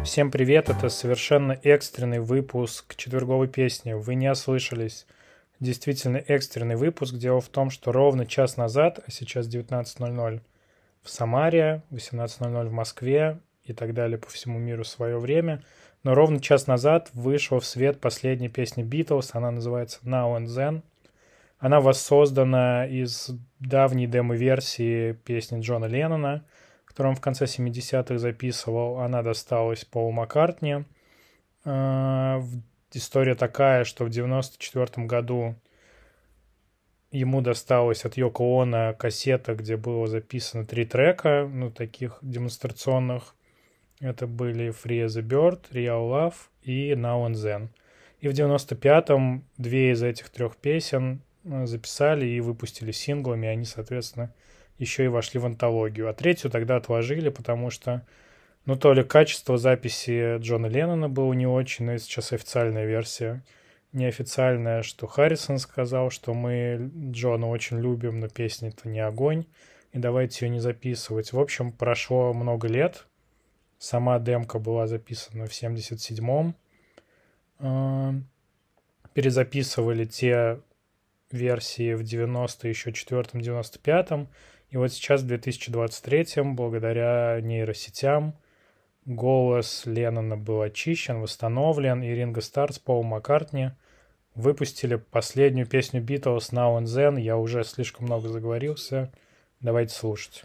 Всем привет, это совершенно экстренный выпуск четверговой песни. Вы не ослышались. Действительно экстренный выпуск. Дело в том, что ровно час назад, а сейчас 19:00 в Самаре, 18:00 в Москве и так далее по всему миру свое время. Но ровно час назад вышла в свет последняя песня Beatles. Она называется Now and Then. Она воссоздана из давней демо-версии песни Джона Леннона, которую он в конце 70-х записывал. Она досталась Полу Маккартни. История такая, что в 94 году ему досталась от Йоко Оно кассета, где было записано 3 трека, таких демонстрационных. Это были Free as a Bird, Real Love и Now and Then. И в 95-м 2 из этих 3 песен записали и выпустили синглами, и они, соответственно, еще и вошли в антологию. А 3-ю тогда отложили, потому что, то ли качество записи Джона Леннона было не очень, но сейчас официальная версия. Неофициальная, что Харрисон сказал, что мы Джона очень любим, но песня-то не огонь, и давайте ее не записывать. В общем, прошло много лет. Сама демка была записана в 77-м. Перезаписывали те версии в 90-м, еще 4-м, 95-м. И вот сейчас, в 2023-м, благодаря нейросетям, голос Леннона был очищен, восстановлен, и Ринго Старр с Полом Маккартни выпустили последнюю песню Beatles Now and Then. Я уже слишком много заговорился. Давайте слушать.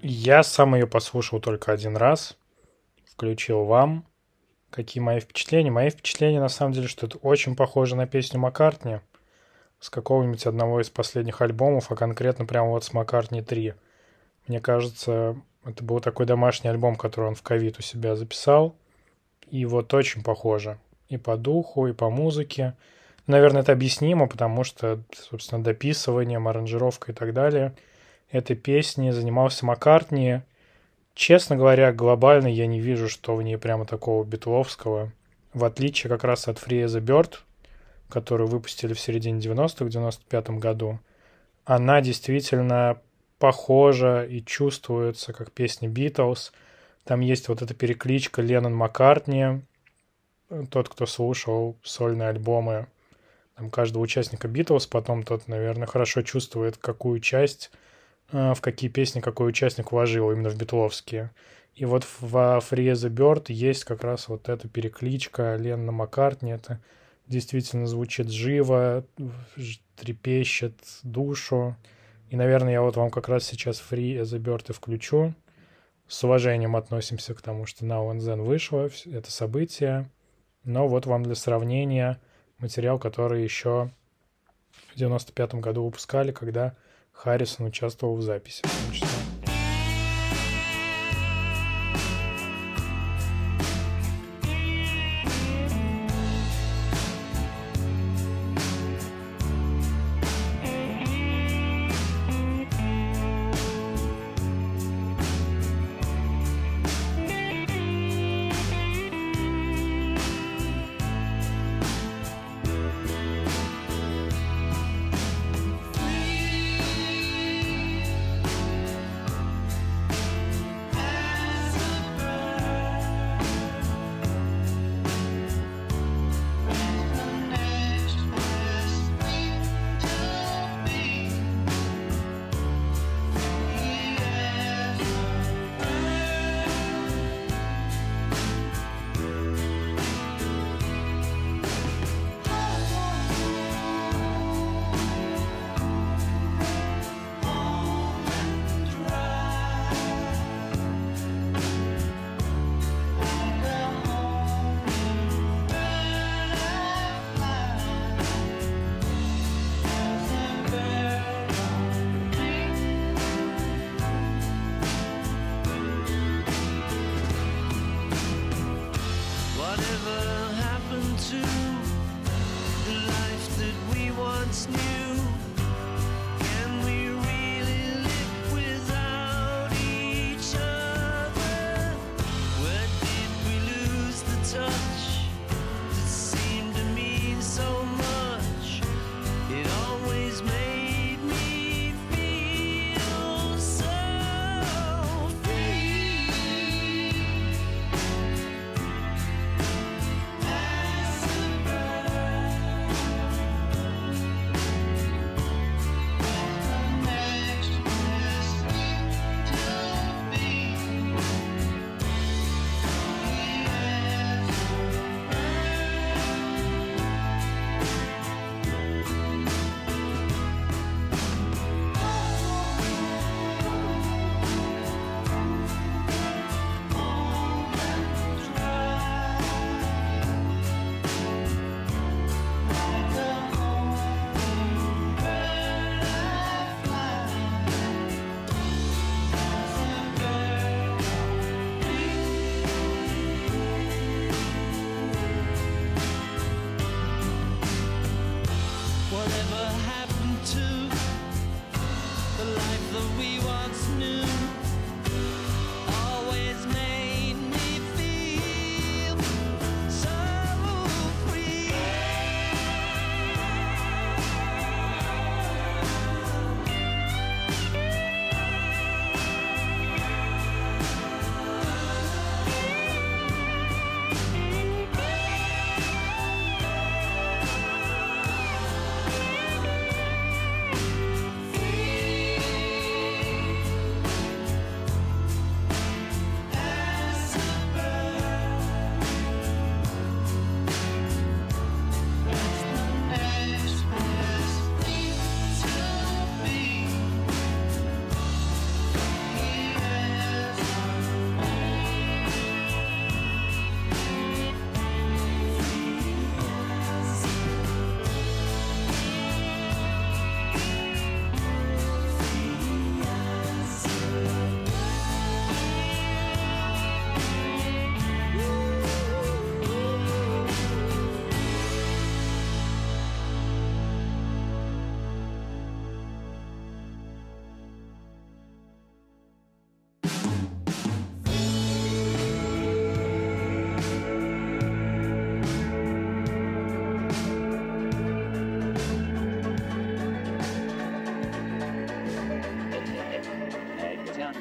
Я сам ее послушал только один раз, включил вам. Какие мои впечатления? Мои впечатления, на самом деле, что это очень похоже на песню Маккартни с какого-нибудь одного из последних альбомов, а конкретно прямо вот с Маккартни 3. Мне кажется, это был такой домашний альбом, который он в ковид у себя записал. И вот очень похоже. И по духу, и по музыке. Наверное, это объяснимо, потому что, собственно, дописыванием, аранжировкой и так далее этой песни занимался Маккартни. Честно говоря, глобально я не вижу, что в ней прямо такого битловского. В отличие как раз от Free as a Bird, которую выпустили в середине 90-х, в 95-м году. Она действительно похожа и чувствуется, как песни Битлз. Там есть вот эта перекличка Леннон-Маккартни. Тот, кто слушал сольные альбомы там, каждого участника Битлз, потом тот, наверное, хорошо чувствует, какую часть, в какие песни какой участник вложил именно в битловские. И вот во Free as a Bird есть как раз вот эта перекличка Леннона-Маккартни. Это действительно звучит живо, трепещет душу. И, наверное, я вот вам как раз сейчас Free as a Bird и включу. С уважением относимся к тому, что Now and Then вышло это событие. Но вот вам для сравнения материал, который еще в 95-м году выпускали, когда Харрисон участвовал в записи, в том числе.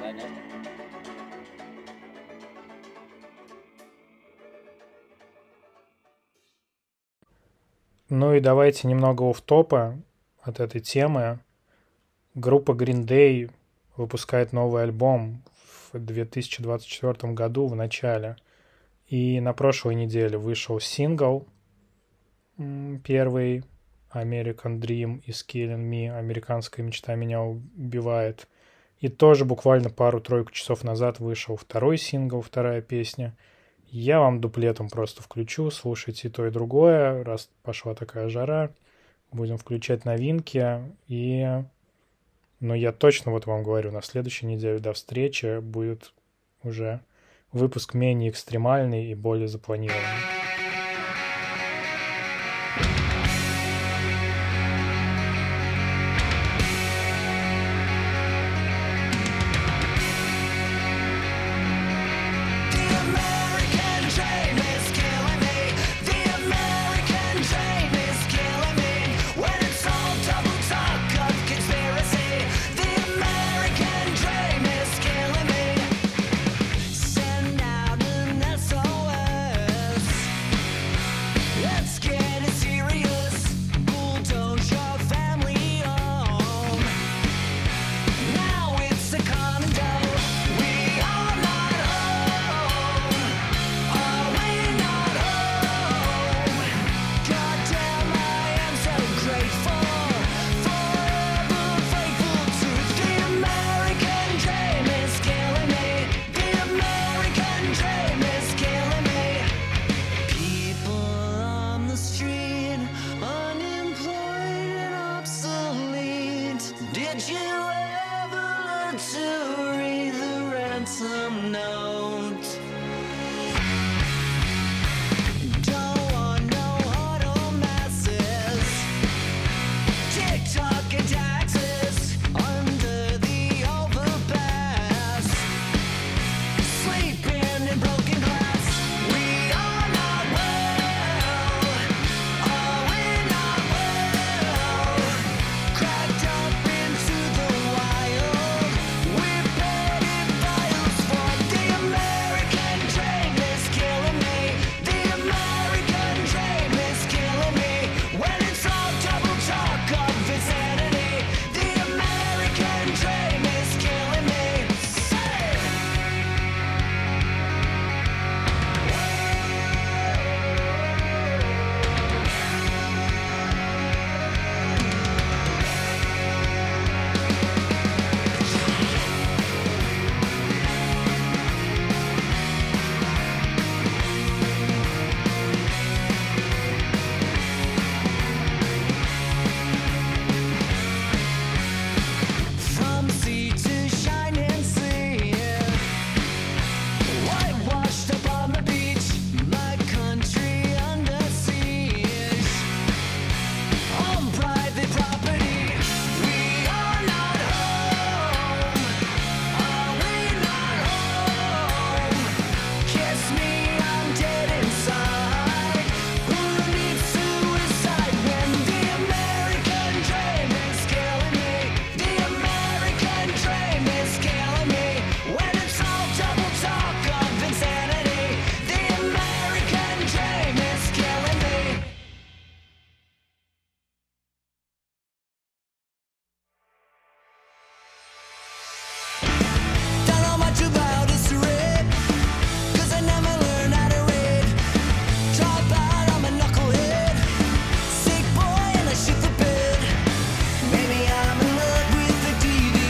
Ладно. Ну и давайте немного офф-топа от этой темы. Группа Green Day выпускает новый альбом в 2024 году в начале. И на прошлой неделе вышел сингл первый American Dream is Killing Me, американская мечта меня убивает. И тоже буквально пару-тройку часов назад вышел второй сингл, вторая песня. Я вам дуплетом просто включу, слушайте и то, и другое. Раз пошла такая жара, будем включать новинки. Но я точно вот вам говорю, на следующей неделе до встречи будет уже выпуск менее экстремальный и более запланированный.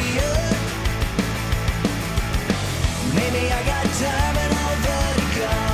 Maybe I got time and I'll let it go.